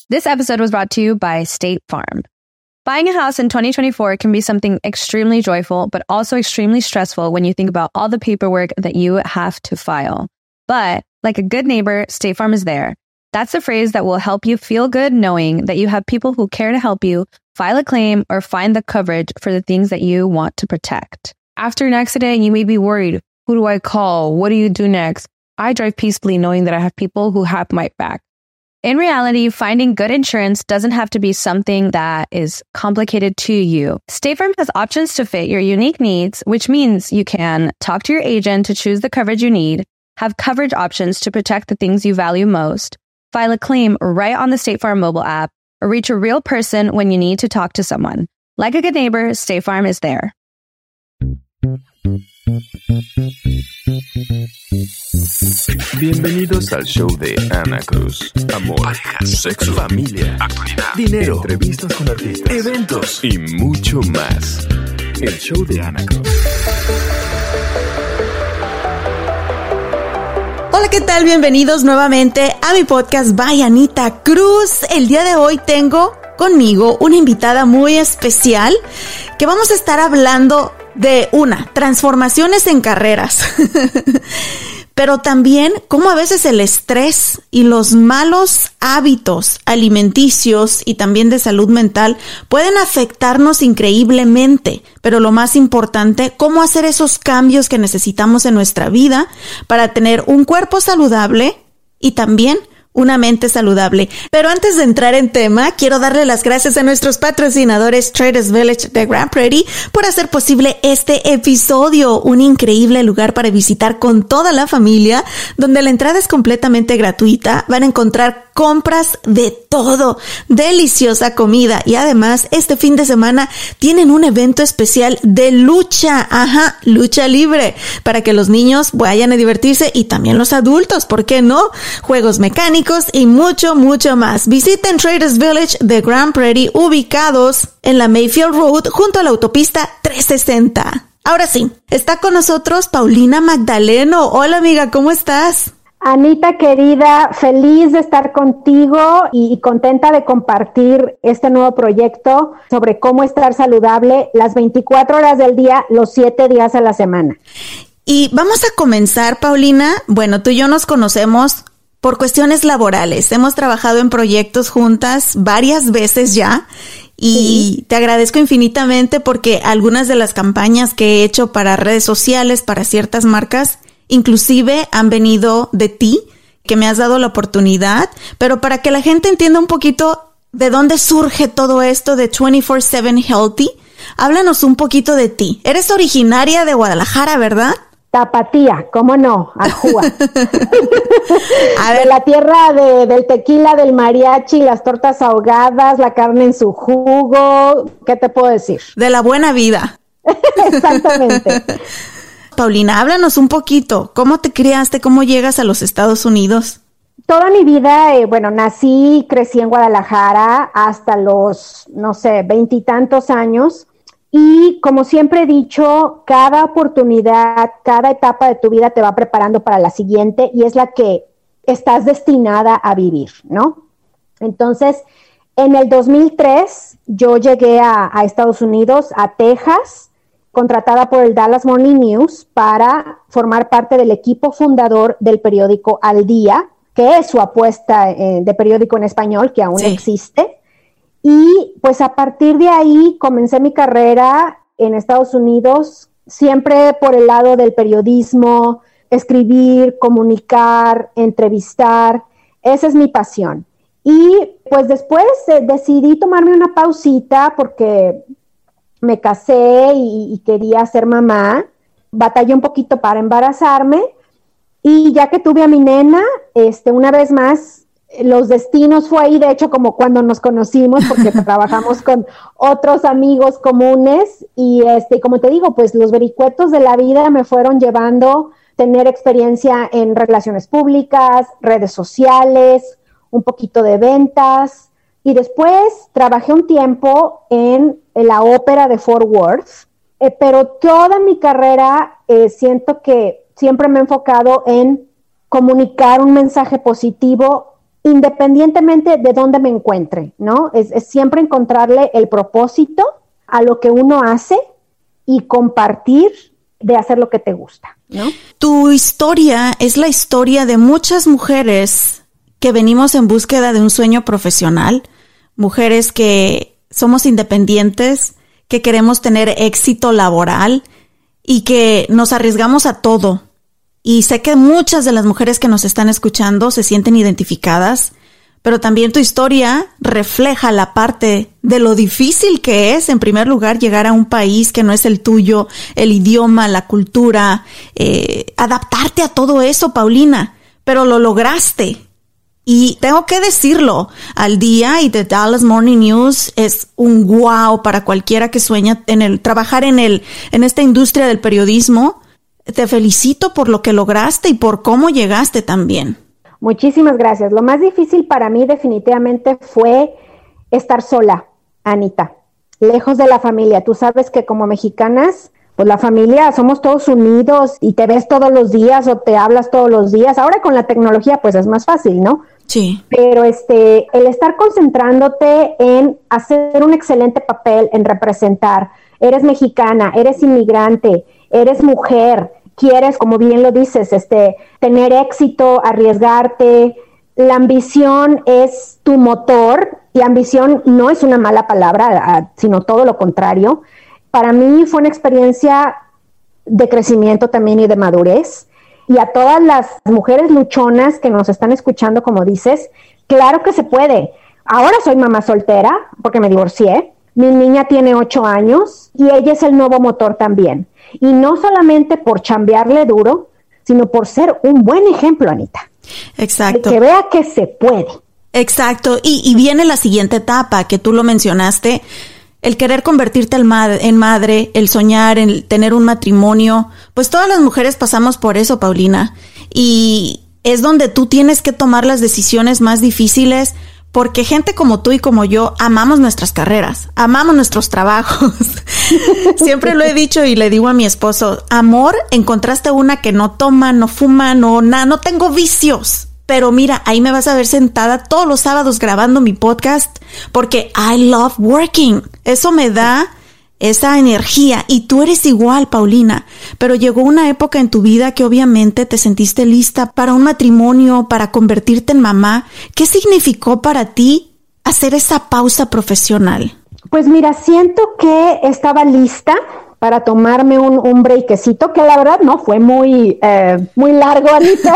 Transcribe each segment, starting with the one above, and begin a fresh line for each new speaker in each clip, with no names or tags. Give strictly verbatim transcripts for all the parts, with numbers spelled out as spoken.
This episode was brought to you by State Farm. Buying a house in twenty twenty-four can be something extremely joyful, but also extremely stressful when you think about all the paperwork that you have to file. But like a good neighbor, State Farm is there. That's the phrase that will help you feel good knowing that you have people who care to help you file a claim or find the coverage for the things that you want to protect. After an accident, you may be worried. Who do I call? What do you do next? I drive peacefully knowing that I have people who have my back. In reality, finding good insurance doesn't have to be something that is complicated to you. State Farm has options to fit your unique needs, which means you can talk to your agent to choose the coverage you need, have coverage options to protect the things you value most, file a claim right on the State Farm mobile app, or reach a real person when you need to talk to someone. Like a good neighbor, State Farm is there.
Bienvenidos al show de Ana Cruz. Amor, parejas, sexo, familia, actualidad, dinero, entrevistas con artistas, eventos y mucho más. El show de Ana Cruz.
Hola, ¿qué tal? Bienvenidos nuevamente a mi podcast by Anita Cruz. El día de hoy tengo conmigo una invitada muy especial que vamos a estar hablando de una, transformaciones en carreras. Pero también cómo a veces el estrés y los malos hábitos alimenticios y también de salud mental pueden afectarnos increíblemente. Pero lo más importante, cómo hacer esos cambios que necesitamos en nuestra vida para tener un cuerpo saludable y también una mente saludable. Pero antes de entrar en tema, quiero darle las gracias a nuestros patrocinadores Traders Village de Grand Prairie por hacer posible este episodio, un increíble lugar para visitar con toda la familia, donde la entrada es completamente gratuita. Van a encontrar compras de todo, deliciosa comida y además este fin de semana tienen un evento especial de lucha, ajá, lucha libre, para que los niños vayan a divertirse y también los adultos, ¿por qué no? Juegos mecánicos y mucho, mucho más. Visiten Traders Village de Grand Prairie, ubicados en la Mayfield Road junto a la autopista trescientos sesenta. Ahora sí, está con nosotros Paulina Magdaleno. Hola amiga, ¿cómo estás?
Anita querida, feliz de estar contigo y contenta de compartir este nuevo proyecto sobre cómo estar saludable las veinticuatro horas del día, los siete días a la semana.
Y vamos a comenzar, Paulina. Bueno, tú y yo nos conocemos por cuestiones laborales. Hemos trabajado en proyectos juntas varias veces ya y sí, te agradezco infinitamente porque algunas de las campañas que he hecho para redes sociales, para ciertas marcas, inclusive han venido de ti, que me has dado la oportunidad, pero para que la gente entienda un poquito de dónde surge todo esto de veinticuatro siete Healthy, háblanos un poquito de ti. Eres originaria de Guadalajara, ¿verdad?
Tapatía, ¿cómo no? Ajúa. A ver, de la tierra de, del tequila, del mariachi, las tortas ahogadas, la carne en su jugo, ¿qué te puedo decir?
De la buena vida.
Exactamente.
Paulina, háblanos un poquito, ¿cómo te criaste? ¿Cómo llegas a los Estados Unidos?
Toda mi vida, eh, bueno, nací, crecí en Guadalajara hasta los, no sé, veintitantos años. Y como siempre he dicho, cada oportunidad, cada etapa de tu vida te va preparando para la siguiente y es la que estás destinada a vivir, ¿no? Entonces, en el dos mil tres yo llegué a, a Estados Unidos, a Texas, contratada por el Dallas Morning News para formar parte del equipo fundador del periódico Al Día, que es su apuesta eh, de periódico en español, que aún sí existe. Y pues a partir de ahí comencé mi carrera en Estados Unidos, siempre por el lado del periodismo, escribir, comunicar, entrevistar, esa es mi pasión. Y pues después eh, decidí tomarme una pausita porque me casé y, y quería ser mamá, batallé un poquito para embarazarme y ya que tuve a mi nena, este, una vez más, los destinos fue ahí, de hecho, como cuando nos conocimos, porque trabajamos con otros amigos comunes y, este, como te digo, pues los vericuetos de la vida me fueron llevando a tener experiencia en relaciones públicas, redes sociales, un poquito de ventas y después trabajé un tiempo en, en la ópera de Fort Worth, eh, pero toda mi carrera eh, siento que siempre me he enfocado en comunicar un mensaje positivo independientemente de dónde me encuentre, ¿no? Es, es siempre encontrarle el propósito a lo que uno hace y compartir de hacer lo que te gusta, ¿no?
Tu historia es la historia de muchas mujeres que venimos en búsqueda de un sueño profesional, mujeres que somos independientes, que queremos tener éxito laboral y que nos arriesgamos a todo. Y sé que muchas de las mujeres que nos están escuchando se sienten identificadas, pero también tu historia refleja la parte de lo difícil que es, en primer lugar, llegar a un país que no es el tuyo, el idioma, la cultura, eh, adaptarte a todo eso, Paulina, pero lo lograste. Y tengo que decirlo, Al Día y The Dallas Morning News es un wow para cualquiera que sueña en el trabajar en el en esta industria del periodismo. Te felicito por lo que lograste y por cómo llegaste también.
Muchísimas gracias. Lo más difícil para mí definitivamente fue estar sola, Anita, lejos de la familia. Tú sabes que como mexicanas, pues la familia somos todos unidos y te ves todos los días o te hablas todos los días. Ahora con la tecnología pues es más fácil, ¿no?
Sí.
Pero este, el estar concentrándote en hacer un excelente papel, en representar, eres mexicana, eres inmigrante, eres mujer, quieres, como bien lo dices, este, tener éxito, arriesgarte. La ambición es tu motor, y ambición no es una mala palabra, sino todo lo contrario. Para mí fue una experiencia de crecimiento también y de madurez. Y a todas las mujeres luchonas que nos están escuchando, como dices, claro que se puede. Ahora soy mamá soltera porque me divorcié. Mi niña tiene ocho años y ella es el nuevo motor también. Y no solamente por chambearle duro, sino por ser un buen ejemplo, Anita.
Exacto.
Que vea que se puede.
Exacto. Y, y viene la siguiente etapa, que tú lo mencionaste, el querer convertirte en madre, en madre, el soñar, el tener un matrimonio. Pues todas las mujeres pasamos por eso, Paulina. Y es donde tú tienes que tomar las decisiones más difíciles, porque gente como tú y como yo amamos nuestras carreras, amamos nuestros trabajos. Siempre lo he dicho y le digo a mi esposo, amor, encontraste una que no toma, no fuma, no nada, no tengo vicios. Pero mira, ahí me vas a ver sentada todos los sábados grabando mi podcast porque I love working. Eso me da esa energía. Y tú eres igual, Paulina. Pero llegó una época en tu vida que obviamente te sentiste lista para un matrimonio, para convertirte en mamá. ¿Qué significó para ti hacer esa pausa profesional?
Pues mira, siento que estaba lista para tomarme un, un breakcito, que la verdad no fue muy eh, muy largo, Anita.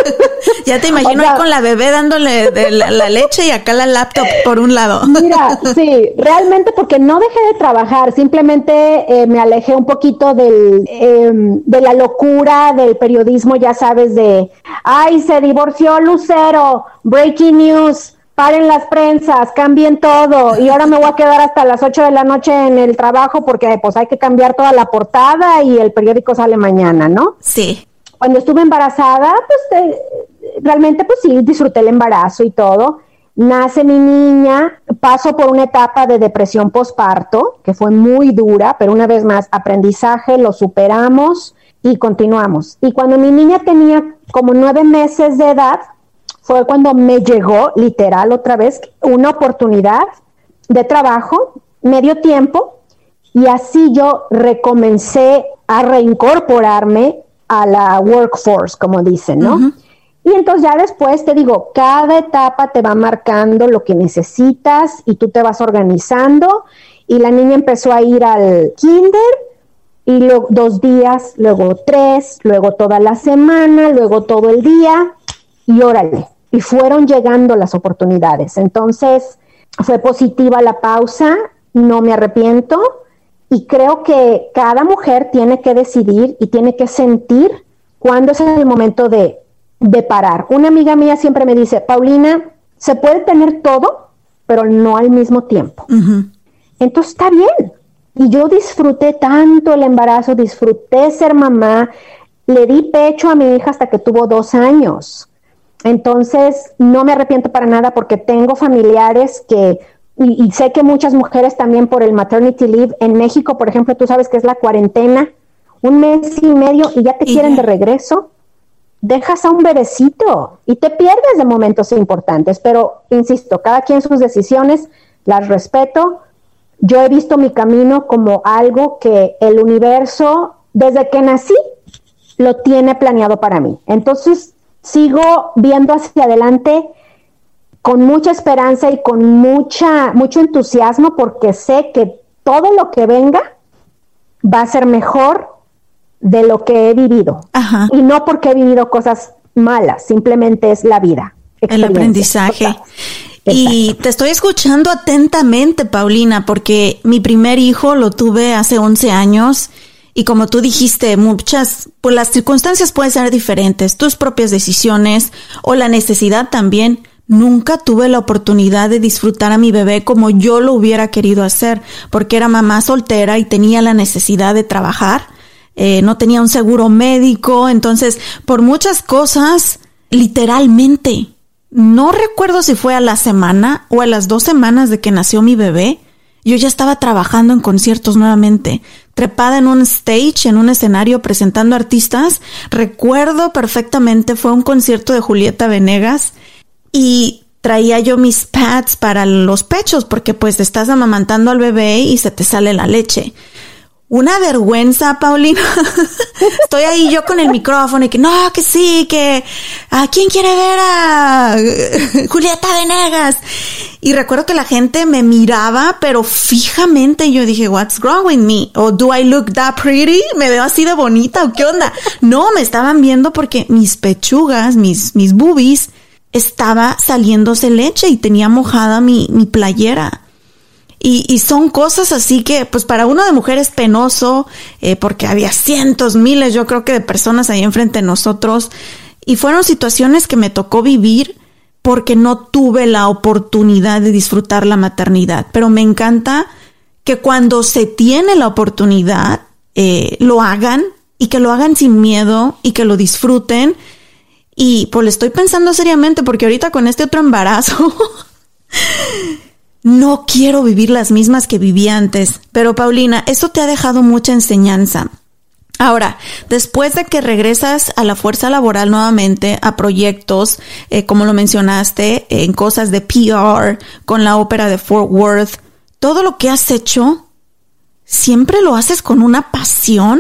Ya te imagino, o sea, ahí con la bebé dándole de la, la leche y acá la laptop por un lado.
Mira, sí, realmente porque no dejé de trabajar, simplemente eh, me alejé un poquito del eh, de la locura del periodismo, ya sabes, de, ay, se divorció Lucero, breaking news, paren las prensas, cambien todo, y ahora me voy a quedar hasta las ocho de la noche en el trabajo porque pues hay que cambiar toda la portada y el periódico sale mañana, ¿no?
Sí.
Cuando estuve embarazada, pues eh, realmente pues sí, disfruté el embarazo y todo. Nace mi niña, paso por una etapa de depresión posparto, que fue muy dura, pero una vez más, aprendizaje, lo superamos y continuamos. Y cuando mi niña tenía como nueve meses de edad, fue cuando me llegó, literal, otra vez, una oportunidad de trabajo, medio tiempo, y así yo recomencé a reincorporarme a la workforce, como dicen, ¿no? Uh-huh. Y entonces ya después te digo, cada etapa te va marcando lo que necesitas y tú te vas organizando, y la niña empezó a ir al kinder, y luego dos días, luego tres, luego toda la semana, luego todo el día, y órale. Y fueron llegando las oportunidades. Entonces, fue positiva la pausa, no me arrepiento, y creo que cada mujer tiene que decidir y tiene que sentir cuándo es el momento de, de parar. Una amiga mía siempre me dice, Paulina, se puede tener todo, pero no al mismo tiempo. Uh-huh. Entonces, está bien. Y yo disfruté tanto el embarazo, disfruté ser mamá, le di pecho a mi hija hasta que tuvo dos años. Entonces, no me arrepiento para nada porque tengo familiares que, y, y sé que muchas mujeres también por el maternity leave, en México, por ejemplo, tú sabes que es la cuarentena, un mes y medio y ya te y quieren ya. de regreso. dejas a un bebecito y te pierdes de momentos importantes, pero insisto, cada quien sus decisiones, las respeto. Yo he visto mi camino como algo que el universo, desde que nací, lo tiene planeado para mí. Entonces, sigo viendo hacia adelante con mucha esperanza y con mucha, mucho entusiasmo, porque sé que todo lo que venga va a ser mejor de lo que he vivido. Ajá. Y no porque he vivido cosas malas, simplemente es la vida.
El aprendizaje. Total. Y te estoy escuchando atentamente, Paulina, porque mi primer hijo lo tuve hace once años y como tú dijiste, muchas, pues las circunstancias pueden ser diferentes, tus propias decisiones o la necesidad también. Nunca tuve la oportunidad de disfrutar a mi bebé como yo lo hubiera querido hacer, porque era mamá soltera y tenía la necesidad de trabajar, eh, no tenía un seguro médico, entonces por muchas cosas, literalmente, no recuerdo si fue a la semana o a las dos semanas de que nació mi bebé, yo ya estaba trabajando en conciertos nuevamente, trepada en un stage, en un escenario presentando artistas. Recuerdo perfectamente, fue un concierto de Julieta Venegas y traía yo mis pads para los pechos porque pues estás amamantando al bebé y se te sale la leche. Una vergüenza, Paulina. Estoy ahí yo con el micrófono y que no, que sí, que ¿a quién quiere ver a Julieta Venegas? Y recuerdo que la gente me miraba, pero fijamente, y yo dije, what's wrong with me? O do I look that pretty? ¿Me veo así de bonita o qué onda? No, me estaban viendo porque mis pechugas, mis, mis boobies, estaba saliéndose leche y tenía mojada mi, mi playera. Y, y son cosas así que, pues para uno de mujer es penoso, eh, porque había cientos, miles, yo creo que de personas ahí enfrente de nosotros. Y fueron situaciones que me tocó vivir porque no tuve la oportunidad de disfrutar la maternidad. Pero me encanta que cuando se tiene la oportunidad, eh, lo hagan y que lo hagan sin miedo y que lo disfruten. Y pues le estoy pensando seriamente porque ahorita con este otro embarazo... No quiero vivir las mismas que viví antes, pero Paulina, esto te ha dejado mucha enseñanza. Ahora, después de que regresas a la fuerza laboral nuevamente, a proyectos, eh, como lo mencionaste, en cosas de P R, con la ópera de Fort Worth, todo lo que has hecho, siempre lo haces con una pasión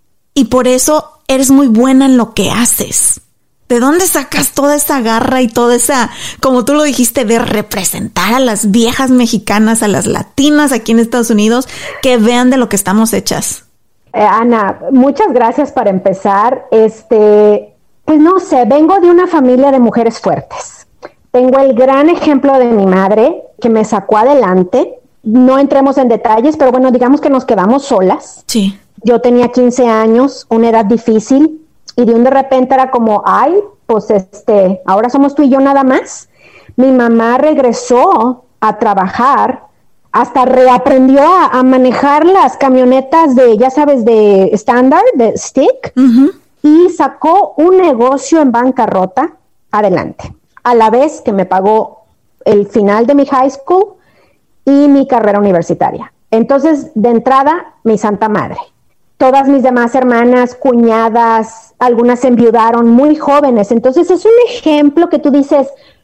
y por eso eres muy buena en lo que haces. ¿De dónde sacas toda esa garra y toda esa, como tú lo dijiste, de representar a las viejas mexicanas, a las latinas aquí en Estados Unidos, que vean de lo que estamos hechas?
Eh, Ana, muchas gracias para empezar. Este, pues no sé, vengo de una familia de mujeres fuertes. Tengo el gran ejemplo de mi madre, que me sacó adelante. No entremos en detalles, pero bueno, digamos que nos quedamos solas.
Sí.
Yo tenía quince años, una edad difícil. Y de un de repente era como, ay, pues este, ahora somos tú y yo nada más. Mi mamá regresó a trabajar, hasta reaprendió a, a manejar las camionetas de, ya sabes, de estándar, de stick, uh-huh. Y sacó un negocio en bancarrota adelante, a la vez que me pagó el final de mi high school y mi carrera universitaria. Entonces, de entrada, mi santa madre. Todas mis demás hermanas, cuñadas, algunas se enviudaron muy jóvenes. Entonces es un ejemplo que tú dices,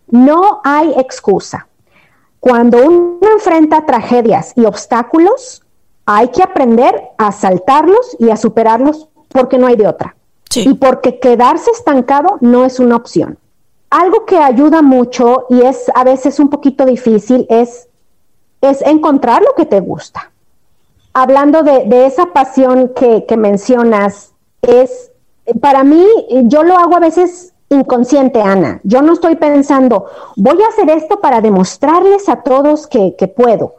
no hay excusa. Cuando uno enfrenta tragedias y obstáculos, hay que aprender a saltarlos y a superarlos porque no hay de otra. Sí. Y porque quedarse estancado no es una opción. Algo que ayuda mucho y es a veces un poquito difícil es, es encontrar lo que te gusta. Hablando de, de esa pasión que, que mencionas, es, para mí, yo lo hago a veces inconsciente, Ana. Yo no estoy pensando, voy a hacer esto para demostrarles a todos que, que puedo.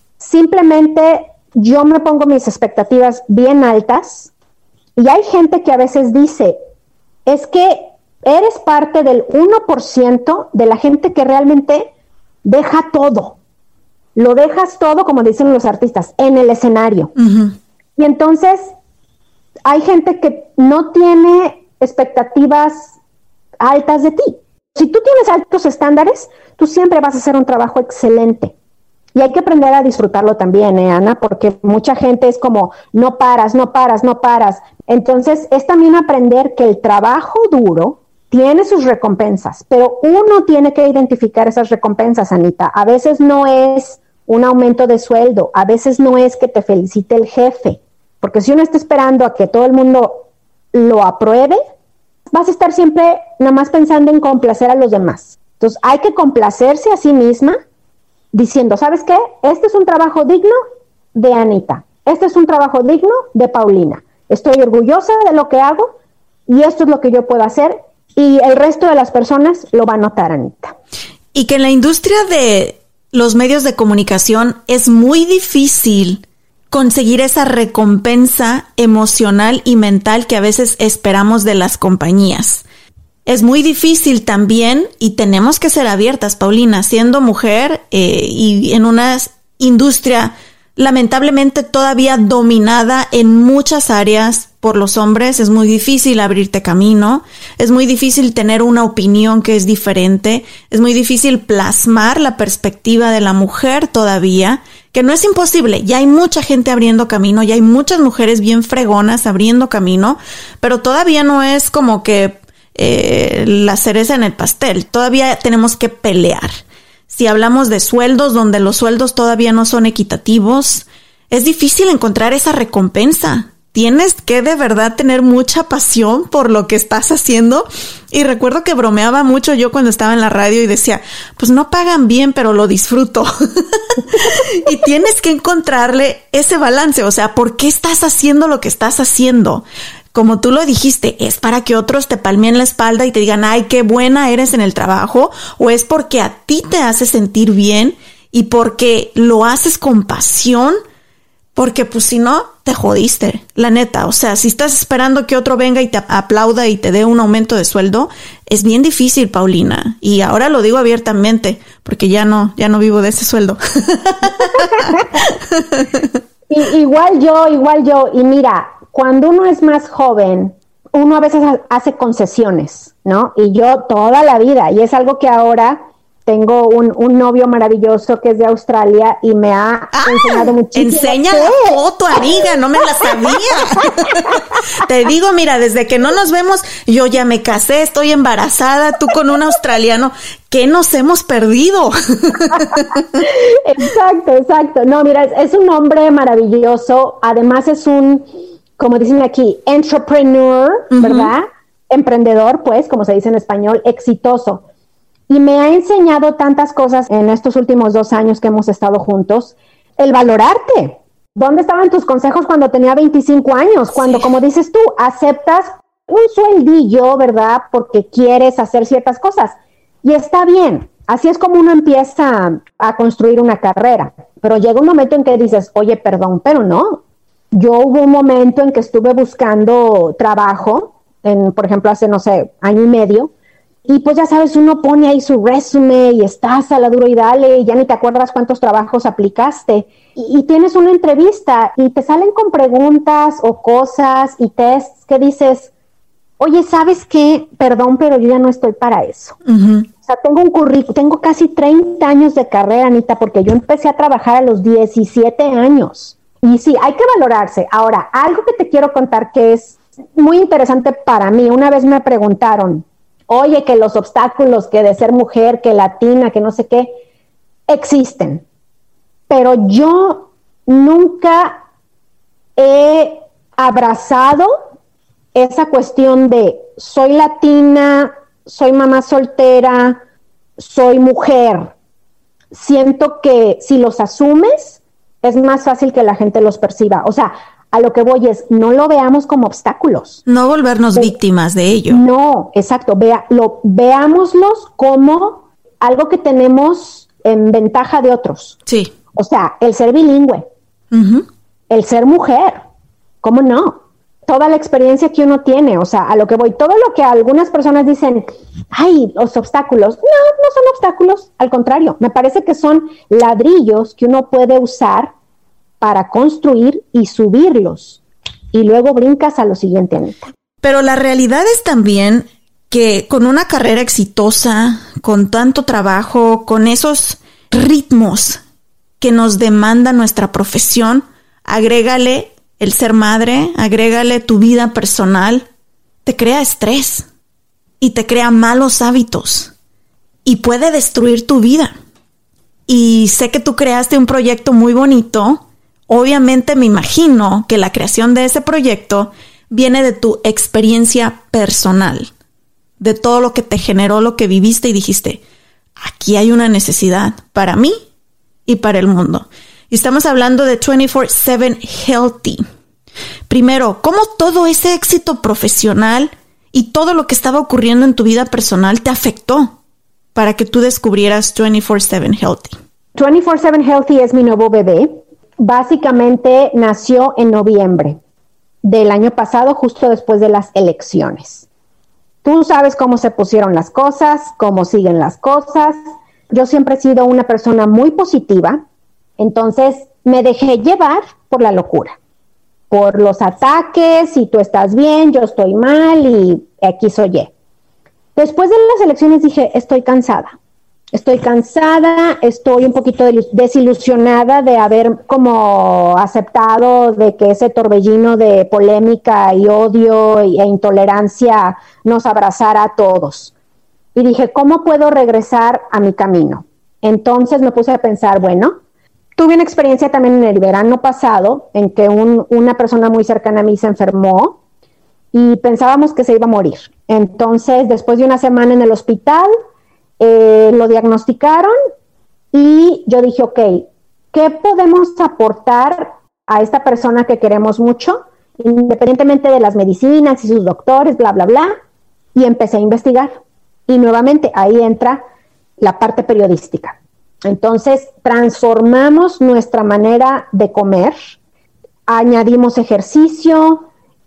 Simplemente yo me pongo mis expectativas bien altas y hay gente que a veces dice, es que eres parte del uno por ciento de la gente que realmente deja todo. Lo dejas todo, como dicen los artistas, en el escenario. Uh-huh. Y entonces hay gente que no tiene expectativas altas de ti. Si tú tienes altos estándares, tú siempre vas a hacer un trabajo excelente. Y hay que aprender a disfrutarlo también, ¿eh, Ana? Porque mucha gente es como, no paras, no paras, no paras. Entonces, es también aprender que el trabajo duro tiene sus recompensas, pero uno tiene que identificar esas recompensas, Anita. A veces no es un aumento de sueldo, a veces no es que te felicite el jefe, porque si uno está esperando a que todo el mundo lo apruebe, vas a estar siempre nada más pensando en complacer a los demás. Entonces, hay que complacerse a sí misma, diciendo, ¿sabes qué? Este es un trabajo digno de Anita. Este es un trabajo digno de Paulina. Estoy orgullosa de lo que hago y esto es lo que yo puedo hacer y el resto de las personas lo va a notar, Anita.
Y que en la industria de los medios de comunicación es muy difícil conseguir esa recompensa emocional y mental que a veces esperamos de las compañías. Es muy difícil también y tenemos que ser abiertas, Paulina, siendo mujer eh, y en una industria lamentablemente todavía dominada en muchas áreas por los hombres. Es muy difícil abrirte camino, es muy difícil tener una opinión que es diferente, es muy difícil plasmar la perspectiva de la mujer todavía, que no es imposible, ya hay mucha gente abriendo camino, ya hay muchas mujeres bien fregonas abriendo camino, pero todavía no es como que Eh, la cereza en el pastel. Todavía tenemos que pelear. Si hablamos de sueldos, donde los sueldos todavía no son equitativos, es difícil encontrar esa recompensa. Tienes que de verdad tener mucha pasión por lo que estás haciendo. Y recuerdo que bromeaba mucho yo cuando estaba en la radio y decía, pues no pagan bien, pero lo disfruto. Y tienes que encontrarle ese balance. O sea, ¿por qué estás haciendo lo que estás haciendo? Como tú lo dijiste, ¿es para que otros te palmeen la espalda y te digan, ay, qué buena eres en el trabajo? ¿O es porque a ti te hace sentir bien y porque lo haces con pasión? Porque pues si no, te jodiste, la neta. O sea, si estás esperando que otro venga y te aplauda y te dé un aumento de sueldo, es bien difícil, Paulina. Y ahora lo digo abiertamente, porque ya no, ya no vivo de ese sueldo.
y, igual yo, igual yo. Y mira, cuando uno es más joven, uno a veces hace concesiones, ¿no? Y yo toda la vida, y es algo que ahora tengo un, un novio maravilloso que es de Australia y me ha ah, enseñado muchísimo.
Enseña la foto, amiga, no me la sabía. Te digo, mira, desde que no nos vemos, yo ya me casé, estoy embarazada, tú con un australiano. ¿Qué nos hemos perdido?
Exacto, exacto. No, mira, es, es un hombre maravilloso, además es un, como dicen aquí, entrepreneur, uh-huh. ¿verdad? Emprendedor, pues, como se dice en español, exitoso. Y me ha enseñado tantas cosas en estos últimos dos años que hemos estado juntos. El valorarte. ¿Dónde estaban tus consejos cuando tenía veinticinco años? Cuando, sí. como dices tú, aceptas un sueldillo, ¿verdad? Porque quieres hacer ciertas cosas. Y está bien. Así es como uno empieza a construir una carrera. Pero llega un momento en que dices, oye, perdón, pero no. Yo hubo un momento en que estuve buscando trabajo, en, por ejemplo, hace, no sé, año y medio. Y pues ya sabes, uno pone ahí su resumen y estás a la duro y dale, y ya ni te acuerdas cuántos trabajos aplicaste. Y, y tienes una entrevista y te salen con preguntas o cosas y tests que dices, oye, ¿sabes qué? Perdón, pero yo ya no estoy para eso. Uh-huh. O sea, tengo un currículum, tengo casi treinta años de carrera, Anita, porque yo empecé a trabajar a los diecisiete años. Y sí, hay que valorarse. Ahora, algo que te quiero contar que es muy interesante para mí. Una vez me preguntaron, oye, que los obstáculos, que de ser mujer, que latina, que no sé qué, existen. Pero yo nunca he abrazado esa cuestión de soy latina, soy mamá soltera, soy mujer. Siento que si los asumes, es más fácil que la gente los perciba. O sea, a lo que voy es, no lo veamos como obstáculos.
No volvernos Ve- víctimas de ello.
No, exacto. Vea, lo, veámoslos como algo que tenemos en ventaja de otros.
Sí.
O sea, el ser bilingüe, uh-huh. el ser mujer, ¿cómo no? Toda la experiencia que uno tiene, o sea, a lo que voy, todo lo que algunas personas dicen, ay, los obstáculos, no, no son obstáculos, al contrario, me parece que son ladrillos que uno puede usar para construir y subirlos. Y luego brincas a lo siguiente, Anita.
Pero la realidad es también que con una carrera exitosa, con tanto trabajo, con esos ritmos que nos demanda nuestra profesión, agrégale el ser madre, agrégale tu vida personal, te crea estrés y te crea malos hábitos y puede destruir tu vida. Y sé que tú creaste un proyecto muy bonito. Obviamente me imagino que la creación de ese proyecto viene de tu experiencia personal, de todo lo que te generó, lo que viviste y dijiste, aquí hay una necesidad para mí y para el mundo. Y estamos hablando de veinticuatro siete Healthy. Primero, ¿cómo todo ese éxito profesional y todo lo que estaba ocurriendo en tu vida personal te afectó para que tú descubrieras veinticuatro siete Healthy?
veinticuatro siete Healthy es mi nuevo bebé. Básicamente nació en noviembre del año pasado, justo después de las elecciones. Tú sabes cómo se pusieron las cosas, cómo siguen las cosas. Yo siempre he sido una persona muy positiva, entonces me dejé llevar por la locura, por los ataques, y tú estás bien, yo estoy mal, y X o Y. Después de las elecciones dije, estoy cansada. Estoy cansada, estoy un poquito desilusionada de haber como aceptado de que ese torbellino de polémica y odio e intolerancia nos abrazara a todos. Y dije, ¿cómo puedo regresar a mi camino? Entonces me puse a pensar, bueno, tuve una experiencia también en el verano pasado en que un, una persona muy cercana a mí se enfermó y pensábamos que se iba a morir. Entonces, después de una semana en el hospital, Eh, lo diagnosticaron y yo dije, ok, ¿qué podemos aportar a esta persona que queremos mucho, independientemente de las medicinas y sus doctores, bla, bla, bla? Y empecé a investigar. Y nuevamente ahí entra la parte periodística. Entonces, transformamos nuestra manera de comer, añadimos ejercicio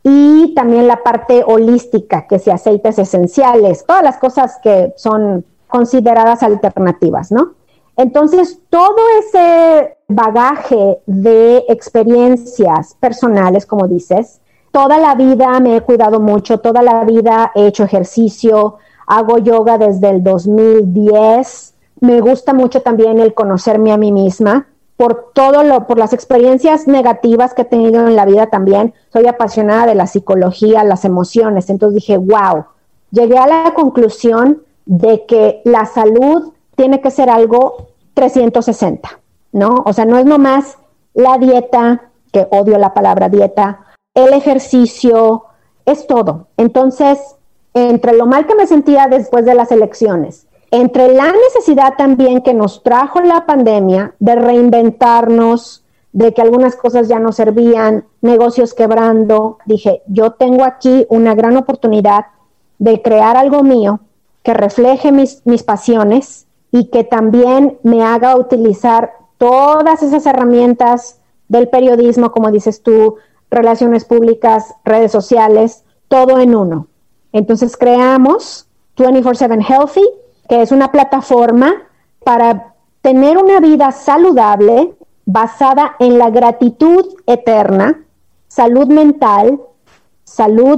y también la parte holística, que si aceites esenciales, todas las cosas que son consideradas alternativas, ¿no? Entonces, todo ese bagaje de experiencias personales, como dices, toda la vida me he cuidado mucho, toda la vida he hecho ejercicio, hago yoga desde el dos mil diez, me gusta mucho también el conocerme a mí misma, por todo lo, por las experiencias negativas que he tenido en la vida también, soy apasionada de la psicología, las emociones, entonces dije, wow, llegué a la conclusión de que la salud tiene que ser algo trescientos sesenta, ¿no? O sea, no es nomás la dieta, que odio la palabra dieta, el ejercicio, es todo. Entonces, entre lo mal que me sentía después de las elecciones, entre la necesidad también que nos trajo la pandemia de reinventarnos, de que algunas cosas ya no servían, negocios quebrando, dije, yo tengo aquí una gran oportunidad de crear algo mío que refleje mis, mis pasiones y que también me haga utilizar todas esas herramientas del periodismo, como dices tú, relaciones públicas, redes sociales, todo en uno. Entonces creamos veinticuatro siete Healthy, que es una plataforma para tener una vida saludable basada en la gratitud eterna, salud mental, salud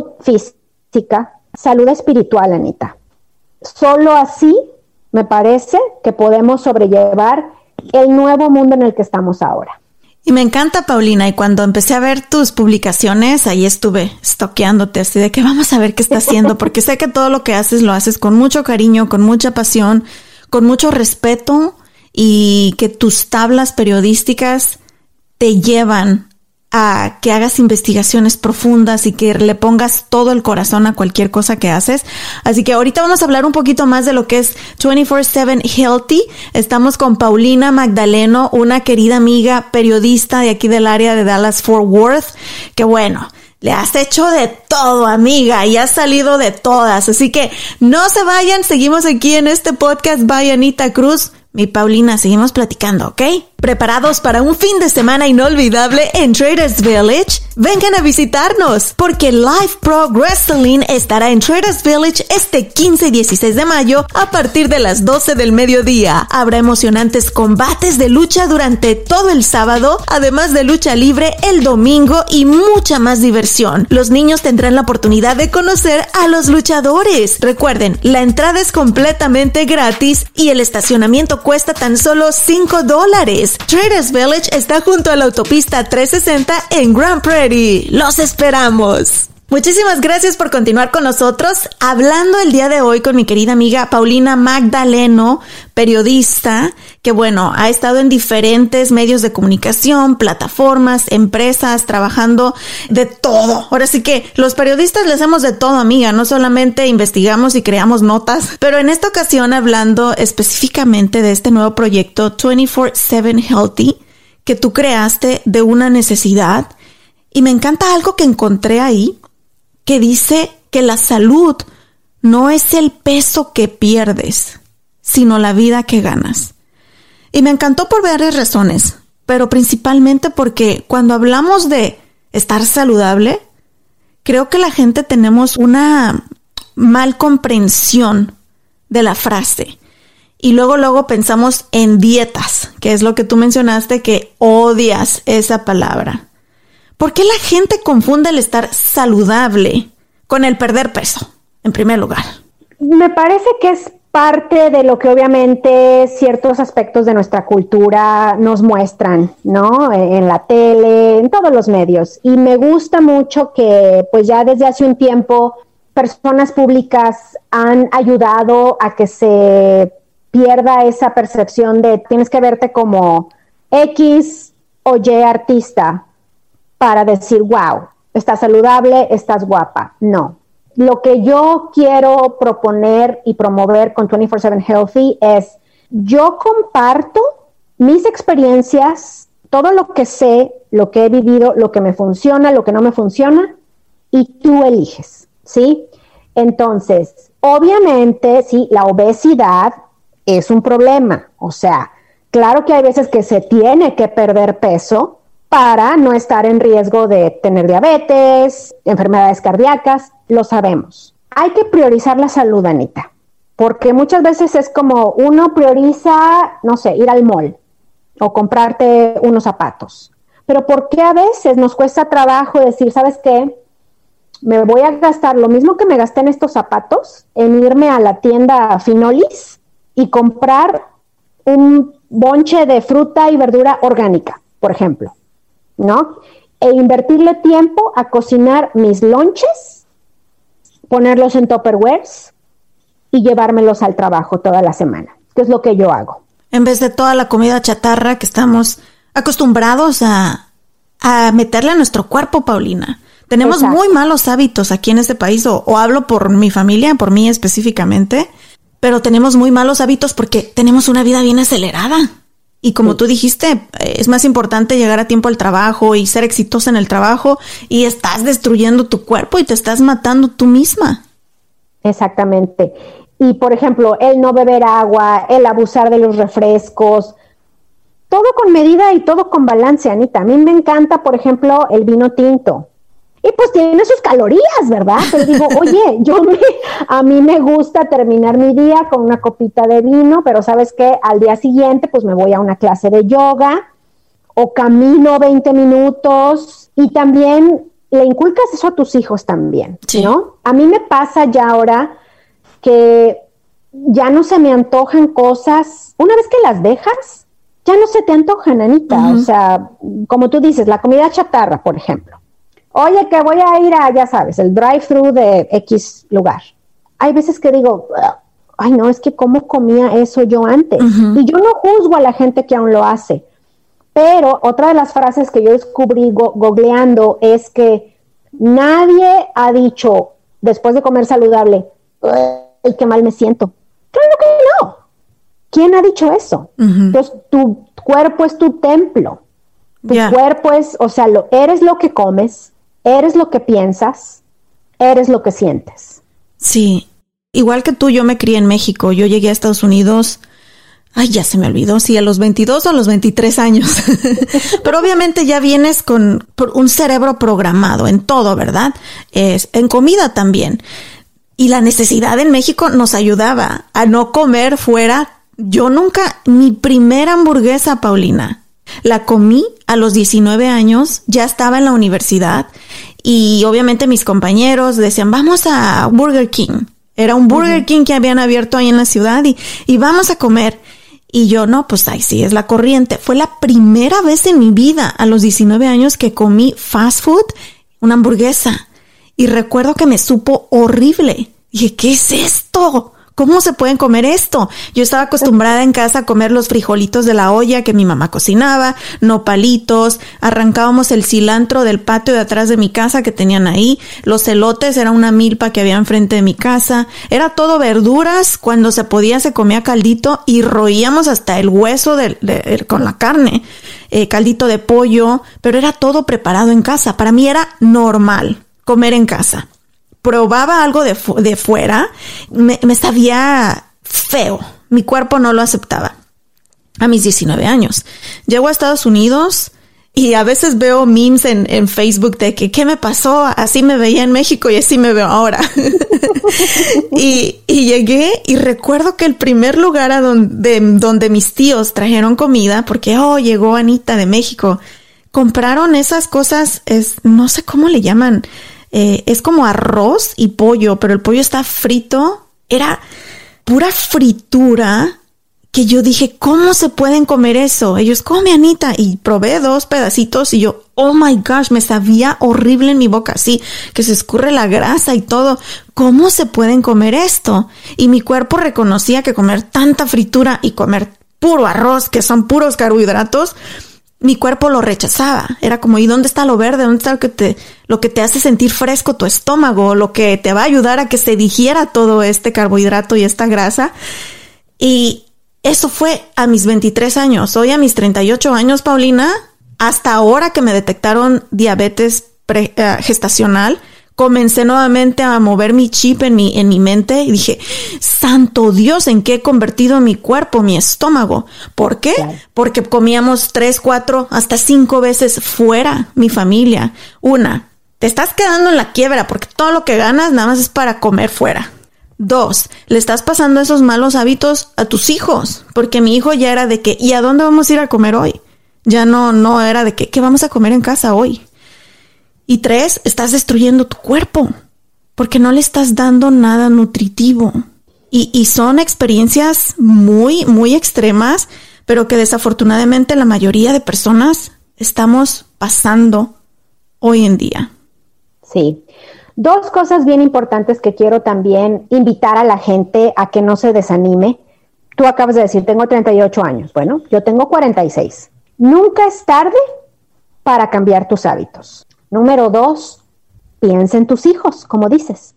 física, salud espiritual, Anita. Solo así me parece que podemos sobrellevar el nuevo mundo en el que estamos ahora.
Y me encanta, Paulina, y cuando empecé a ver tus publicaciones, ahí estuve stalkeándote, así de que vamos a ver qué está haciendo, porque sé que todo lo que haces lo haces con mucho cariño, con mucha pasión, con mucho respeto, y que tus tablas periodísticas te llevan a que hagas investigaciones profundas y que le pongas todo el corazón a cualquier cosa que haces. Así que ahorita vamos a hablar un poquito más de lo que es veinticuatro siete Healthy. Estamos con Paulina Magdaleno, una querida amiga periodista de aquí del área de Dallas-Fort Worth, que bueno, le has hecho de todo, amiga, y has salido de todas. Así que no se vayan, seguimos aquí en este podcast by Anita Cruz. Mi Paulina, seguimos platicando, ¿ok? ¿Preparados para un fin de semana inolvidable en Traders Village? vengan a visitarnos, porque Live Pro Wrestling estará en Traders Village este quince y dieciséis de mayo a partir de las doce del mediodía. Habrá emocionantes combates de lucha durante todo el sábado, además de lucha libre el domingo y mucha más diversión. Los niños tendrán la oportunidad de conocer a los luchadores. Recuerden, la entrada es completamente gratis y el estacionamiento cuesta tan solo cinco dólares. Traders Village está junto a la autopista trescientos sesenta en Grand Prairie. ¡Los esperamos! Muchísimas gracias por continuar con nosotros, hablando el día de hoy con mi querida amiga Paulina Magdaleno, periodista, que bueno, ha estado en diferentes medios de comunicación, plataformas, empresas, trabajando de todo. Ahora sí que los periodistas le hacemos de todo, amiga, no solamente investigamos y creamos notas, pero en esta ocasión hablando específicamente de este nuevo proyecto veinticuatro siete Healthy, que tú creaste de una necesidad, y me encanta algo que encontré ahí, que dice que la salud no es el peso que pierdes, sino la vida que ganas. Y me encantó por varias razones, pero principalmente porque cuando hablamos de estar saludable, creo que la gente tenemos una mal comprensión de la frase. Y luego, luego pensamos en dietas, que es lo que tú mencionaste, que odias esa palabra. ¿Por qué la gente confunde el estar saludable con el perder peso, en primer lugar?
Me parece que es parte de lo que obviamente ciertos aspectos de nuestra cultura nos muestran, ¿no? En la tele, en todos los medios. Y me gusta mucho que, pues ya desde hace un tiempo, personas públicas han ayudado a que se pierda esa percepción de tienes que verte como X o Y artista para decir, wow, estás saludable, estás guapa. No. Lo que yo quiero proponer y promover con veinticuatro siete Healthy es, yo comparto mis experiencias, todo lo que sé, lo que he vivido, lo que me funciona, lo que no me funciona, y tú eliges, ¿sí? Entonces, obviamente, sí, la obesidad es un problema. O sea, claro que hay veces que se tiene que perder peso para no estar en riesgo de tener diabetes, enfermedades cardíacas, lo sabemos. Hay que priorizar la salud, Anita, porque muchas veces es como uno prioriza, no sé, ir al mall o comprarte unos zapatos. Pero ¿por qué a veces nos cuesta trabajo decir, ¿sabes qué? Me voy a gastar lo mismo que me gasté en estos zapatos, en irme a la tienda Finolis y comprar un bonche de fruta y verdura orgánica, por ejemplo, ¿no? E invertirle tiempo a cocinar mis lonches, ponerlos en Tupperwares y llevármelos al trabajo toda la semana, que es lo que yo hago.
En vez de toda la comida chatarra que estamos acostumbrados a, a meterle a nuestro cuerpo, Paulina. Tenemos Exacto. muy malos hábitos aquí en este país, o, o hablo por mi familia, por mí específicamente, pero tenemos muy malos hábitos porque tenemos una vida bien acelerada. Y como sí. tú dijiste, es más importante llegar a tiempo al trabajo y ser exitosa en el trabajo, y estás destruyendo tu cuerpo y te estás matando tú misma.
Exactamente. Y, por ejemplo, el no beber agua, el abusar de los refrescos, todo con medida y todo con balance, Anita. A mí me encanta, por ejemplo, el vino tinto. Y pues tiene sus calorías, ¿verdad? Pero digo, oye, yo me, a mí me gusta terminar mi día con una copita de vino, pero ¿sabes qué? Al día siguiente, pues me voy a una clase de yoga o camino veinte minutos, y también le inculcas eso a tus hijos también, sí. ¿no? A mí me pasa ya ahora que ya no se me antojan cosas. Una vez que las dejas, ya no se te antojan, Anita. Uh-huh. O sea, como tú dices, la comida chatarra, por ejemplo. Oye, que voy a ir a, ya sabes, el drive-thru de X lugar. Hay veces que digo, ay no, es que cómo comía eso yo antes. Uh-huh. Y yo no juzgo a la gente que aún lo hace. Pero otra de las frases que yo descubrí go- googleando es que nadie ha dicho, después de comer saludable, ay, qué mal me siento. Claro que no. ¿Quién ha dicho eso? Uh-huh. Entonces, tu cuerpo es tu templo. Tu yeah. cuerpo es, o sea, lo, eres lo que comes, eres lo que piensas, eres lo que sientes.
Sí, igual que tú, yo me crié en México. Yo llegué a Estados Unidos Ay, ya se me olvidó, si a los veintidós o a los veintitrés años. Pero obviamente ya vienes con un cerebro programado en todo, ¿verdad? Es, en comida también. Y la necesidad en México nos ayudaba a no comer fuera. Yo nunca, mi primera hamburguesa, Paulina, la comí a los diecinueve años, ya estaba en la universidad y obviamente mis compañeros decían, vamos a Burger King. Era un Burger uh-huh. King que habían abierto ahí en la ciudad y, y vamos a comer. Y yo, no, pues ay, sí, es la corriente. Fue la primera vez en mi vida, a los diecinueve años, que comí fast food, una hamburguesa. Y recuerdo que me supo horrible. Dije, ¿qué es esto? ¿Cómo se pueden comer esto? Yo estaba acostumbrada en casa a comer los frijolitos de la olla que mi mamá cocinaba, nopalitos, arrancábamos el cilantro del patio de atrás de mi casa que tenían ahí, los elotes era una milpa que había enfrente de mi casa, era todo verduras, cuando se podía se comía caldito y roíamos hasta el hueso de, de, de, con la carne, eh, caldito de pollo, pero era todo preparado en casa. Para mí era normal comer en casa. Probaba algo de, fu- de fuera, me, me sabía feo. Mi cuerpo no lo aceptaba. A mis diecinueve años. Llego a Estados Unidos y a veces veo memes en, en Facebook de que, ¿qué me pasó? Así me veía en México y así me veo ahora. y, y llegué y recuerdo que el primer lugar a donde, donde mis tíos trajeron comida, porque, oh, llegó Anita de México, compraron esas cosas, es, no sé cómo le llaman, Eh, es como arroz y pollo, pero el pollo está frito. Era pura fritura que yo dije, ¿cómo se pueden comer eso? Ellos, come, Anita. Y probé dos pedacitos y yo, oh my gosh, me sabía horrible en mi boca, así, que se escurre la grasa y todo. ¿Cómo se pueden comer esto? Y mi cuerpo reconocía que comer tanta fritura y comer puro arroz, que son puros carbohidratos, mi cuerpo lo rechazaba. Era como, ¿y dónde está lo verde? ¿Dónde está lo que te, lo que te hace sentir fresco tu estómago? Lo que te va a ayudar a que se digiera todo este carbohidrato y esta grasa. Y eso fue a mis veintitrés años. Hoy a mis treinta y ocho años, Paulina, hasta ahora que me detectaron diabetes pre, uh, gestacional, comencé nuevamente a mover mi chip en mi, en mi mente y dije, santo Dios, ¿en qué he convertido mi cuerpo, mi estómago? ¿Por qué? Claro. Porque comíamos tres, cuatro, hasta cinco veces fuera, mi familia. Una, te estás quedando en la quiebra porque todo lo que ganas nada más es para comer fuera. Dos, le estás pasando esos malos hábitos a tus hijos, porque mi hijo ya era de que, ¿y a dónde vamos a ir a comer hoy? Ya no, no era de que, ¿qué vamos a comer en casa hoy? Y tres, estás destruyendo tu cuerpo porque no le estás dando nada nutritivo. Y, y son experiencias muy, muy extremas, pero que desafortunadamente la mayoría de personas estamos pasando hoy en día.
Sí. Dos cosas bien importantes que quiero también invitar a la gente a que no se desanime. Tú acabas de decir, tengo treinta y ocho años. Bueno, yo tengo cuarenta y seis. Nunca es tarde para cambiar tus hábitos. Número dos, piensa en tus hijos, como dices.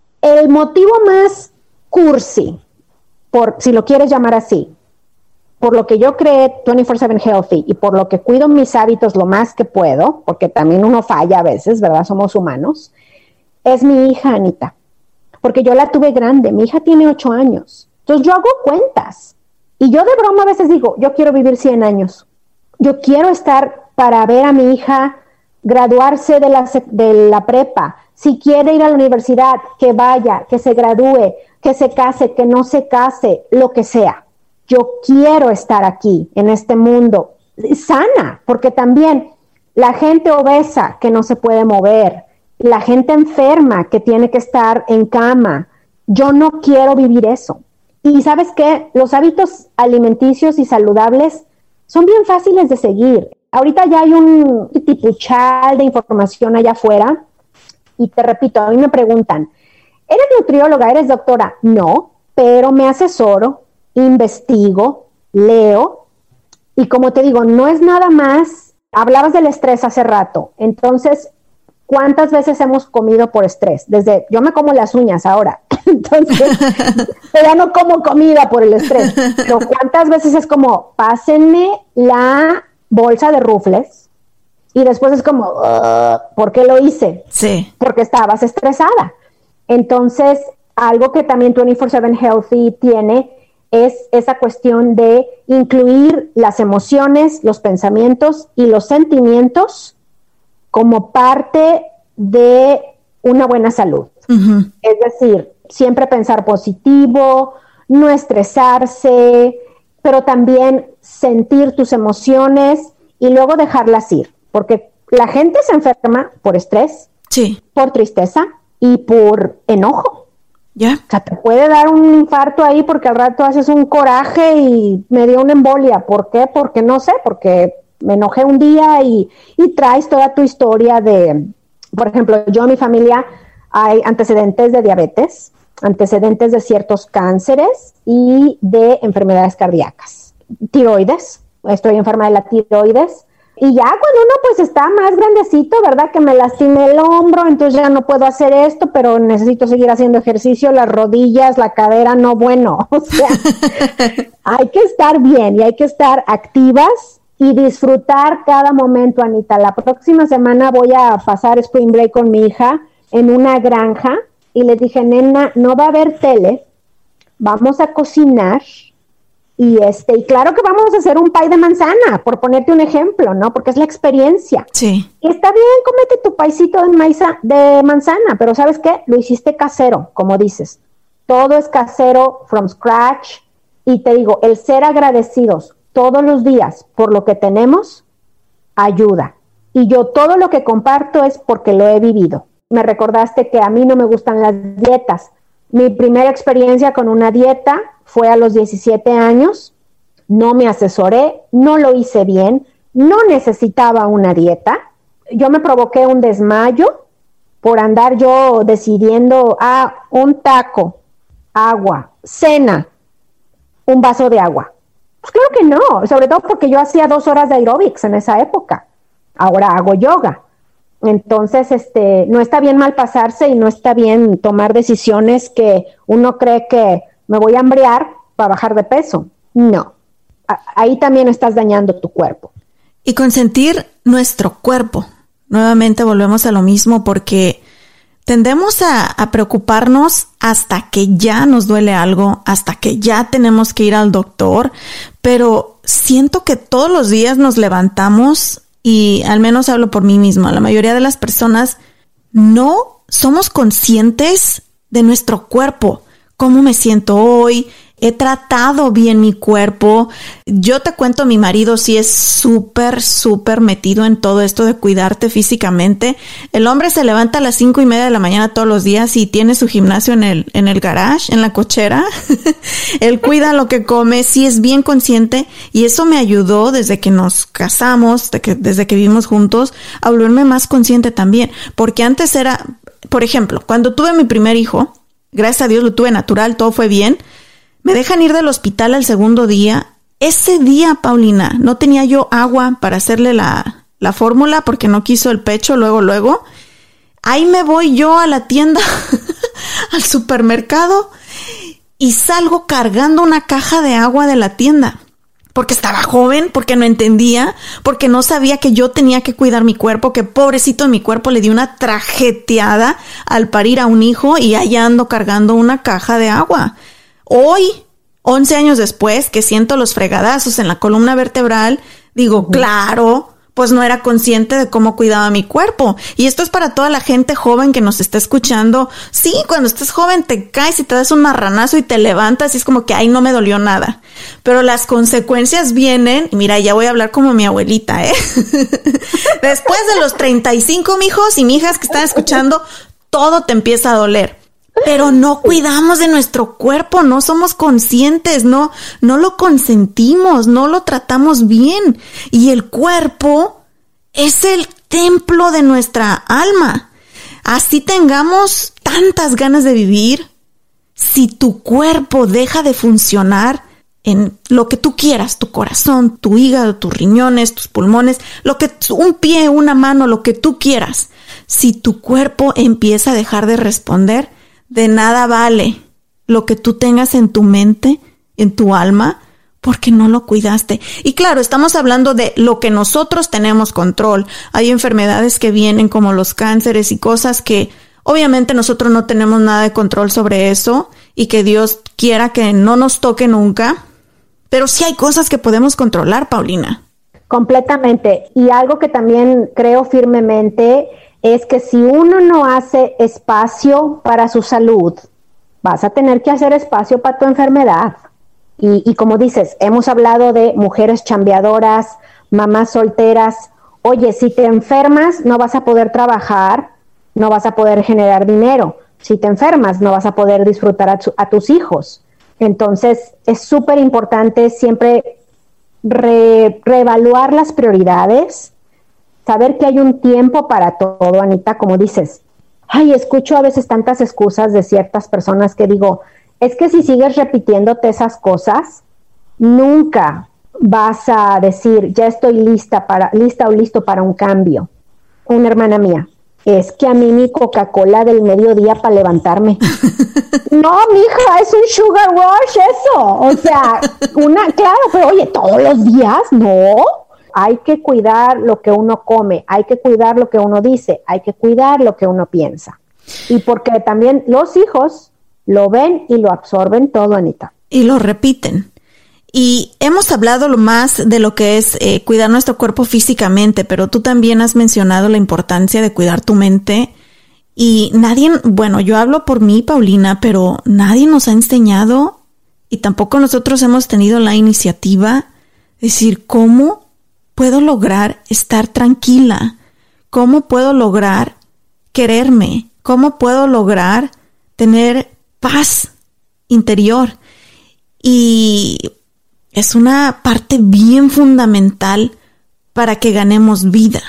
El motivo más cursi, por, si lo quieres llamar así, por lo que yo creé veinticuatro siete Healthy y por lo que cuido mis hábitos lo más que puedo, porque también uno falla a veces, ¿verdad? Somos humanos, es mi hija Anita. Porque yo la tuve grande, mi hija tiene ocho años. Entonces yo hago cuentas. Y yo de broma a veces digo, yo quiero vivir cien años. Yo quiero estar para ver a mi hija graduarse de la, de la prepa, si quiere ir a la universidad, que vaya, que se gradúe, que se case, que no se case, lo que sea. Yo quiero estar aquí, en este mundo, sana, porque también la gente obesa que no se puede mover, la gente enferma que tiene que estar en cama, yo no quiero vivir eso. Y ¿sabes qué? Los hábitos alimenticios y saludables son bien fáciles de seguir. Ahorita ya hay un tipuchal de información allá afuera y te repito, a mí me preguntan, ¿eres nutrióloga, eres doctora? No, pero me asesoro, investigo, leo y como te digo, no es nada más, hablabas del estrés hace rato, entonces, ¿cuántas veces hemos comido por estrés? Desde, yo me como las uñas ahora, entonces, ya no como comida por el estrés, pero ¿cuántas veces es como, pásenme la bolsa de rufles y después es como, uh, ¿por qué lo hice?
Sí.
Porque estabas estresada. Entonces, algo que también veinticuatro siete Healthy tiene es esa cuestión de incluir las emociones, los pensamientos y los sentimientos como parte de una buena salud. Uh-huh. Es decir, siempre pensar positivo, no estresarse, pero también sentir tus emociones y luego dejarlas ir, porque la gente se enferma por estrés,
sí,
por tristeza y por enojo.
Ya.
O sea, te puede dar un infarto ahí porque al rato haces un coraje y me dio una embolia. ¿Por qué? Porque no sé, porque me enojé un día y, y traes toda tu historia de, por ejemplo, yo en mi familia hay antecedentes de diabetes, antecedentes de ciertos cánceres y de enfermedades cardíacas. Tiroides, estoy enferma de la tiroides. Y ya cuando uno pues está más grandecito, ¿verdad? Que me lastimé el hombro, entonces ya no puedo hacer esto, pero necesito seguir haciendo ejercicio, las rodillas, la cadera, no, bueno, o sea, hay que estar bien y hay que estar activas y disfrutar cada momento, Anita. La próxima semana voy a pasar Spring Break con mi hija en una granja y le dije, nena, no va a haber tele, vamos a cocinar. Y este, y claro que vamos a hacer un pie de manzana, por ponerte un ejemplo, ¿no? Porque es la experiencia.
Sí.
Y está bien, cómete tu paisito de, maiza, de manzana, pero ¿sabes qué? Lo hiciste casero, como dices. Todo es casero, from scratch. Y te digo, el ser agradecidos todos los días por lo que tenemos, ayuda. Y yo todo lo que comparto es porque lo he vivido. Me recordaste que a mí no me gustan las dietas. Mi primera experiencia con una dieta fue a los diecisiete años, no me asesoré, no lo hice bien, no necesitaba una dieta. Yo me provoqué un desmayo por andar yo decidiendo, ah, un taco, agua, cena, un vaso de agua. Pues claro que no, sobre todo porque yo hacía dos horas de aeróbics en esa época. Ahora hago yoga. Entonces, este, no está bien mal pasarse y no está bien tomar decisiones que uno cree que me voy a hambrear para bajar de peso. No, a- ahí también estás dañando tu cuerpo.
Y consentir nuestro cuerpo. Nuevamente volvemos a lo mismo porque tendemos a, a preocuparnos hasta que ya nos duele algo, hasta que ya tenemos que ir al doctor, pero siento que todos los días nos levantamos. Y al menos hablo por mí misma, la mayoría de las personas no somos conscientes de nuestro cuerpo, cómo me siento hoy, he tratado bien mi cuerpo. Yo te cuento, mi marido sí es súper, súper metido en todo esto de cuidarte físicamente. El hombre se levanta a las cinco y media de la mañana todos los días y tiene su gimnasio en el, en el garage, en la cochera. Él cuida lo que come, sí es bien consciente y eso me ayudó desde que nos casamos, de que, desde que vivimos juntos, a volverme más consciente también. Porque antes era, por ejemplo, cuando tuve mi primer hijo, gracias a Dios lo tuve natural, todo fue bien. Me dejan ir del hospital al segundo día. Ese día, Paulina, no tenía yo agua para hacerle la, la fórmula porque no quiso el pecho luego, luego. Ahí me voy yo a la tienda, al supermercado y salgo cargando una caja de agua de la tienda. Porque estaba joven, porque no entendía, porque no sabía que yo tenía que cuidar mi cuerpo, que pobrecito de mi cuerpo le di una trajeteada al parir a un hijo y allá ando cargando una caja de agua. Hoy, once años después, que siento los fregadazos en la columna vertebral, digo, uh-huh. claro, pues no era consciente de cómo cuidaba mi cuerpo. Y esto es para toda la gente joven que nos está escuchando. Sí, cuando estás joven te caes y te das un marranazo y te levantas y es como que, ay, no me dolió nada. Pero las consecuencias vienen, y mira, ya voy a hablar como mi abuelita, ¿eh? Después de los treinta y cinco, mijos y mijas que están escuchando, todo te empieza a doler. Pero no cuidamos de nuestro cuerpo, no somos conscientes, no, no lo consentimos, no lo tratamos bien. Y el cuerpo es el templo de nuestra alma. Así tengamos tantas ganas de vivir, si tu cuerpo deja de funcionar en lo que tú quieras, tu corazón, tu hígado, tus riñones, tus pulmones, lo que, un pie, una mano, lo que tú quieras, si tu cuerpo empieza a dejar de responder, de nada vale lo que tú tengas en tu mente, en tu alma, porque no lo cuidaste. Y claro, estamos hablando de lo que nosotros tenemos control. Hay enfermedades que vienen como los cánceres y cosas que obviamente nosotros no tenemos nada de control sobre eso y que Dios quiera que no nos toque nunca, pero sí hay cosas que podemos controlar, Paulina.
Completamente. Y algo que también creo firmemente es que si uno no hace espacio para su salud, vas a tener que hacer espacio para tu enfermedad. Y, y como dices, hemos hablado de mujeres chambeadoras, mamás solteras. Oye, si te enfermas, no vas a poder trabajar, no vas a poder generar dinero. Si te enfermas, no vas a poder disfrutar a, tu, a tus hijos. Entonces, es súper importante siempre re, reevaluar las prioridades, saber que hay un tiempo para todo, Anita, como dices. Ay, escucho a veces tantas excusas de ciertas personas que digo, es que si sigues repitiéndote esas cosas, nunca vas a decir, ya estoy lista para, lista o listo para un cambio. Una hermana mía, es que a mí mi Coca-Cola del mediodía para levantarme. No, mija, es un sugar rush eso. O sea, una, claro, pero oye, todos los días, no. Hay que cuidar lo que uno come, hay que cuidar lo que uno dice, hay que cuidar lo que uno piensa. Y porque también los hijos lo ven y lo absorben todo, Anita.
Y lo repiten. Y hemos hablado lo más de lo que es eh, cuidar nuestro cuerpo físicamente, pero tú también has mencionado la importancia de cuidar tu mente. Y nadie, bueno, yo hablo por mí, Paulina, pero nadie nos ha enseñado y tampoco nosotros hemos tenido la iniciativa de decir, ¿cómo puedo lograr estar tranquila? ¿Cómo puedo lograr quererme? ¿Cómo puedo lograr tener paz interior? Y es una parte bien fundamental para que ganemos vida.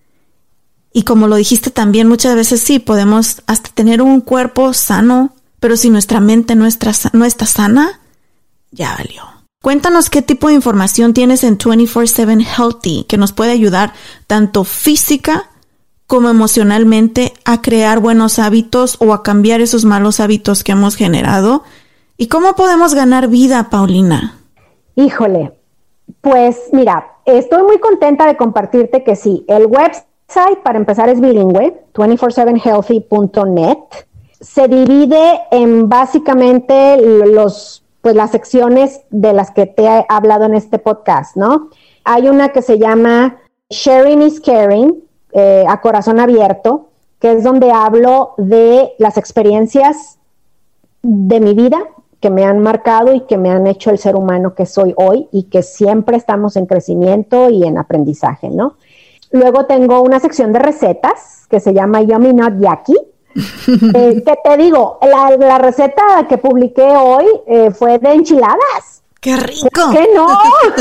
Y como lo dijiste también, muchas veces sí, podemos hasta tener un cuerpo sano, pero si nuestra mente no está, no está sana, ya valió. Cuéntanos qué tipo de información tienes en veinticuatro siete Healthy que nos puede ayudar tanto física como emocionalmente a crear buenos hábitos o a cambiar esos malos hábitos que hemos generado. ¿Y cómo podemos ganar vida, Paulina?
Híjole, pues mira, estoy muy contenta de compartirte que sí, el website para empezar es bilingüe, veinticuatro siete healthy punto net. Se divide en básicamente los, pues las secciones de las que te he hablado en este podcast, ¿no? Hay una que se llama Sharing is Caring, eh, a corazón abierto, que es donde hablo de las experiencias de mi vida que me han marcado y que me han hecho el ser humano que soy hoy y que siempre estamos en crecimiento y en aprendizaje, ¿no? Luego tengo una sección de recetas que se llama Yummy Not Yucky. eh, que te digo, la, la receta que publiqué hoy eh, fue de enchiladas.
¡Qué rico!
¿Por qué no?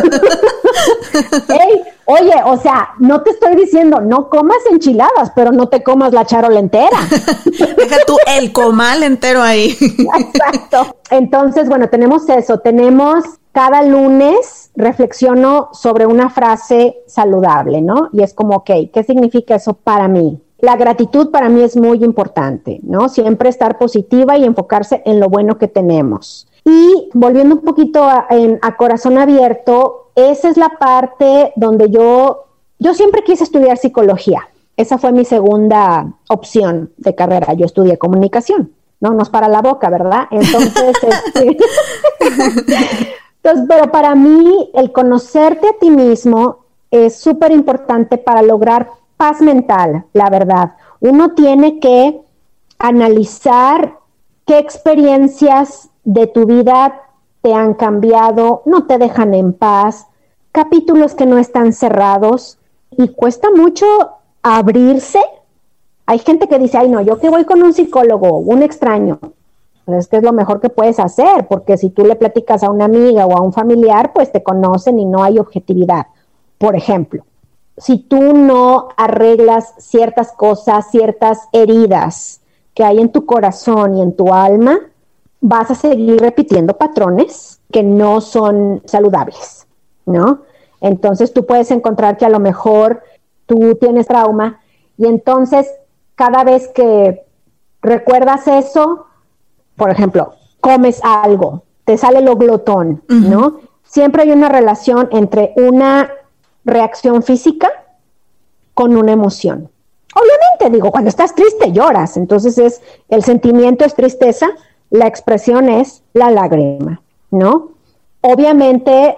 Hey, oye, o sea, no te estoy diciendo no comas enchiladas, pero no te comas la charola entera.
Deja tú el comal entero ahí.
Exacto. Entonces, bueno, tenemos eso. Tenemos cada lunes reflexiono sobre una frase saludable, ¿no? Y es como, ok, ¿qué significa eso para mí? La gratitud para mí es muy importante, ¿no? Siempre estar positiva y enfocarse en lo bueno que tenemos. Y volviendo un poquito a, en, a corazón abierto, esa es la parte donde yo, yo siempre quise estudiar psicología. Esa fue mi segunda opción de carrera. Yo estudié comunicación. No nos para la boca, ¿verdad? Entonces, este, entonces, pero para mí el conocerte a ti mismo es súper importante para lograr paz mental, la verdad. Uno tiene que analizar qué experiencias de tu vida te han cambiado, no te dejan en paz, capítulos que no están cerrados y cuesta mucho abrirse. Hay gente que dice, ay no, yo que voy con un psicólogo, un extraño. Pues es que es lo mejor que puedes hacer, porque si tú le platicas a una amiga o a un familiar, pues te conocen y no hay objetividad. Por ejemplo, si tú no arreglas ciertas cosas, ciertas heridas que hay en tu corazón y en tu alma, vas a seguir repitiendo patrones que no son saludables, ¿no? Entonces tú puedes encontrar que a lo mejor tú tienes trauma y entonces cada vez que recuerdas eso, por ejemplo, comes algo, te sale lo glotón, uh-huh. ¿no? Siempre hay una relación entre una reacción física con una emoción. Obviamente, digo, cuando estás triste lloras, entonces es el sentimiento es tristeza, la expresión es la lágrima, ¿no? Obviamente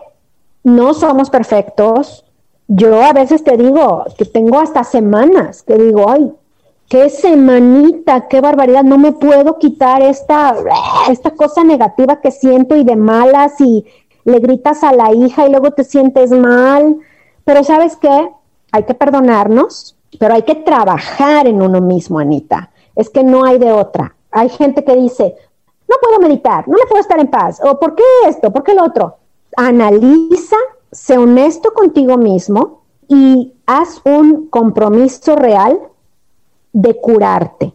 no somos perfectos. Yo a veces te digo que tengo hasta semanas que digo, ay, qué semanita, qué barbaridad, no me puedo quitar esta, esta cosa negativa que siento y de malas, y le gritas a la hija y luego te sientes mal. Pero ¿sabes qué? Hay que perdonarnos, pero hay que trabajar en uno mismo, Anita. Es que no hay de otra. Hay gente que dice, no puedo meditar, no me puedo estar en paz, o ¿por qué esto? ¿Por qué lo otro? Analiza, sé honesto contigo mismo y haz un compromiso real de curarte,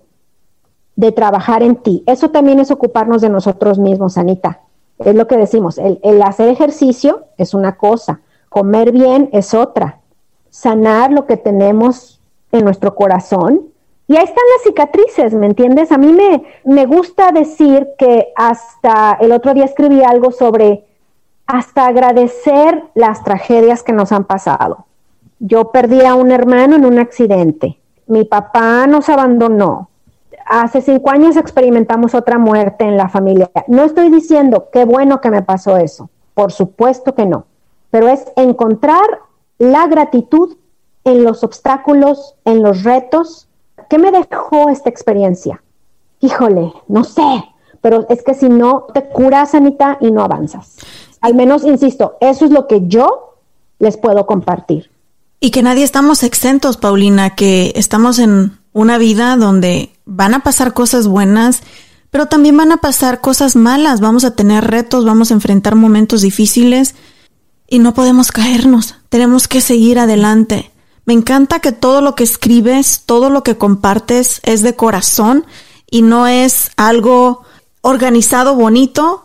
de trabajar en ti. Eso también es ocuparnos de nosotros mismos, Anita. Es lo que decimos, el, el hacer ejercicio es una cosa, comer bien es otra, sanar lo que tenemos en nuestro corazón. Y ahí están las cicatrices, ¿me entiendes? A mí me, me gusta decir que hasta el otro día escribí algo sobre hasta agradecer las tragedias que nos han pasado. Yo perdí a un hermano en un accidente. Mi papá nos abandonó. Hace cinco años experimentamos otra muerte en la familia. No estoy diciendo qué bueno que me pasó eso. Por supuesto que no. Pero es encontrar la gratitud en los obstáculos, en los retos. ¿Qué me dejó esta experiencia? Híjole, no sé, pero es que si no te curas, Anita, y no avanzas. Al menos, insisto, eso es lo que yo les puedo compartir.
Y que nadie estamos exentos, Paulina, que estamos en una vida donde van a pasar cosas buenas, pero también van a pasar cosas malas. Vamos a tener retos, vamos a enfrentar momentos difíciles y no podemos caernos. Tenemos que seguir adelante. Me encanta que todo lo que escribes, todo lo que compartes es de corazón y no es algo organizado, bonito,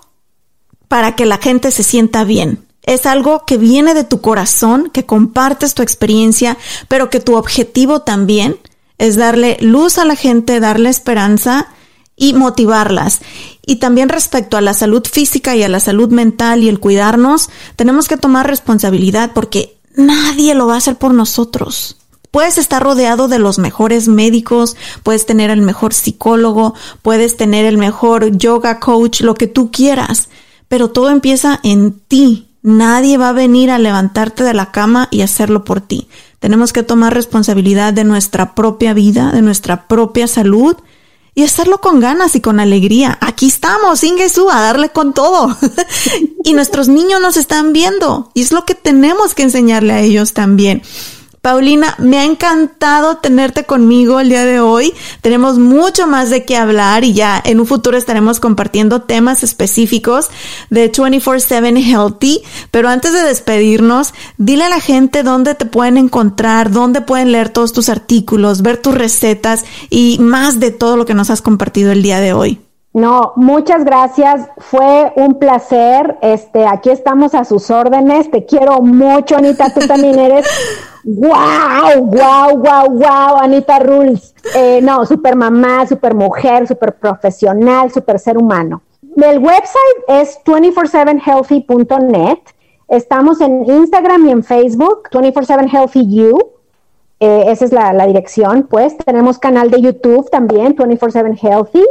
para que la gente se sienta bien. Es algo que viene de tu corazón, que compartes tu experiencia, pero que tu objetivo también es darle luz a la gente, darle esperanza y motivarlas. Y también respecto a la salud física y a la salud mental y el cuidarnos, tenemos que tomar responsabilidad porque nadie lo va a hacer por nosotros. Puedes estar rodeado de los mejores médicos, puedes tener el mejor psicólogo, puedes tener el mejor yoga coach, lo que tú quieras, pero todo empieza en ti. Nadie va a venir a levantarte de la cama y hacerlo por ti. Tenemos que tomar responsabilidad de nuestra propia vida, de nuestra propia salud y hacerlo con ganas y con alegría. Aquí estamos, Ingesu, a darle con todo. Y nuestros niños nos están viendo y es lo que tenemos que enseñarle a ellos también. Paulina, me ha encantado tenerte conmigo el día de hoy. Tenemos mucho más de qué hablar y ya en un futuro estaremos compartiendo temas específicos de veinticuatro siete Healthy. Pero antes de despedirnos, dile a la gente dónde te pueden encontrar, dónde pueden leer todos tus artículos, ver tus recetas y más de todo lo que nos has compartido el día de hoy.
No, muchas gracias. Fue un placer. Este, aquí estamos a sus órdenes. Te quiero mucho, Anita. Tú también eres wow, wow, wow, wow, Anita Rules. Eh, no, super mamá, super mujer, super profesional, super ser humano. El website es veinticuatro siete healthy punto net. Estamos en Instagram y en Facebook, veinticuatro siete healthy u. Eh, esa es la, la dirección, pues. Tenemos canal de YouTube también, veinticuatro siete healthy.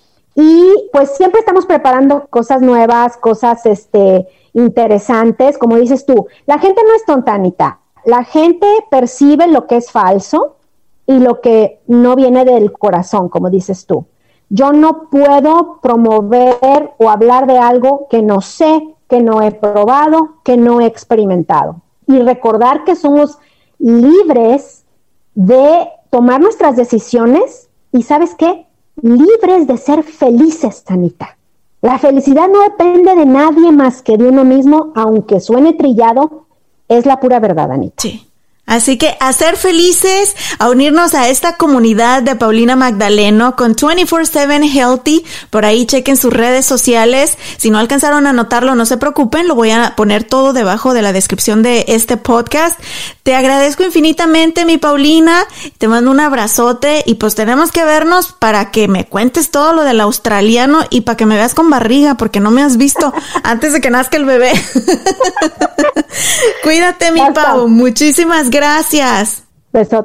Y pues siempre estamos preparando cosas nuevas, cosas este, interesantes, como dices tú. La gente no es tonta, Anita. La gente percibe lo que es falso y lo que no viene del corazón, como dices tú. Yo no puedo promover o hablar de algo que no sé, que no he probado, que no he experimentado. Y recordar que somos libres de tomar nuestras decisiones y ¿sabes qué? Libres de ser felices, Anita. La felicidad no depende de nadie más que de uno mismo, aunque suene trillado, es la pura verdad, Anita.
Sí. Así que a ser felices, a unirnos a esta comunidad de Paulina Magdaleno con veinticuatro siete Healthy. Por ahí chequen sus redes sociales. Si no alcanzaron a anotarlo, no se preocupen. Lo voy a poner todo debajo de la descripción de este podcast. Te agradezco infinitamente, mi Paulina. Te mando un abrazote y pues tenemos que vernos para que me cuentes todo lo del australiano y para que me veas con barriga porque no me has visto antes de que nazca el bebé. Cuídate, mi Pau. Muchísimas gracias.
Besotes.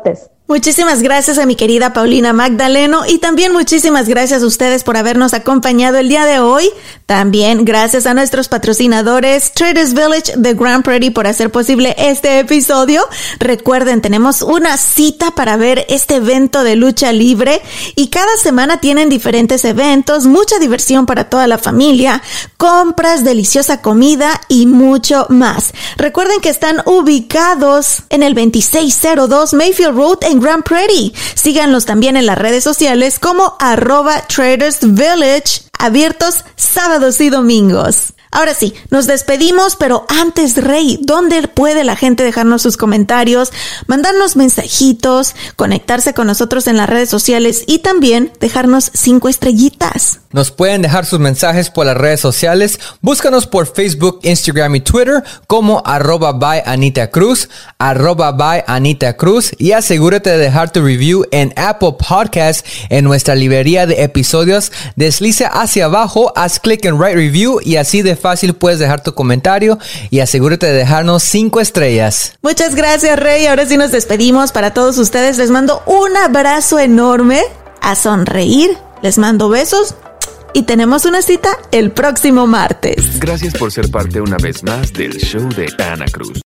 Muchísimas gracias a mi querida Paulina Magdaleno y también muchísimas gracias a ustedes por habernos acompañado el día de hoy. También gracias a nuestros patrocinadores Traders Village de Grand Prairie por hacer posible este episodio. Recuerden, tenemos una cita para ver este evento de lucha libre y cada semana tienen diferentes eventos, mucha diversión para toda la familia, compras, deliciosa comida y mucho más. Recuerden que están ubicados en el veintiséis cero dos Mayfield Road en Grand Prairie. Síganlos también en las redes sociales como arroba Traders Village, abiertos sábados y domingos. Ahora sí, nos despedimos, pero antes, Rey, ¿dónde puede la gente dejarnos sus comentarios, mandarnos mensajitos, conectarse con nosotros en las redes sociales y también dejarnos cinco estrellitas?
Nos pueden dejar sus mensajes por las redes sociales. Búscanos por Facebook, Instagram y Twitter como arroba by Anita Cruz, arroba by Anita Cruz, y asegúrate de dejar tu review en Apple Podcasts en nuestra librería de episodios. Desliza hacia abajo, haz clic en Write Review y así de fácil puedes dejar tu comentario y asegúrate de dejarnos cinco estrellas.
Muchas gracias, Rey. Ahora sí nos despedimos. Para todos ustedes les mando un abrazo enorme, a sonreír, les mando besos y tenemos una cita el próximo martes.
Gracias por ser parte una vez más del show de Ana Cruz.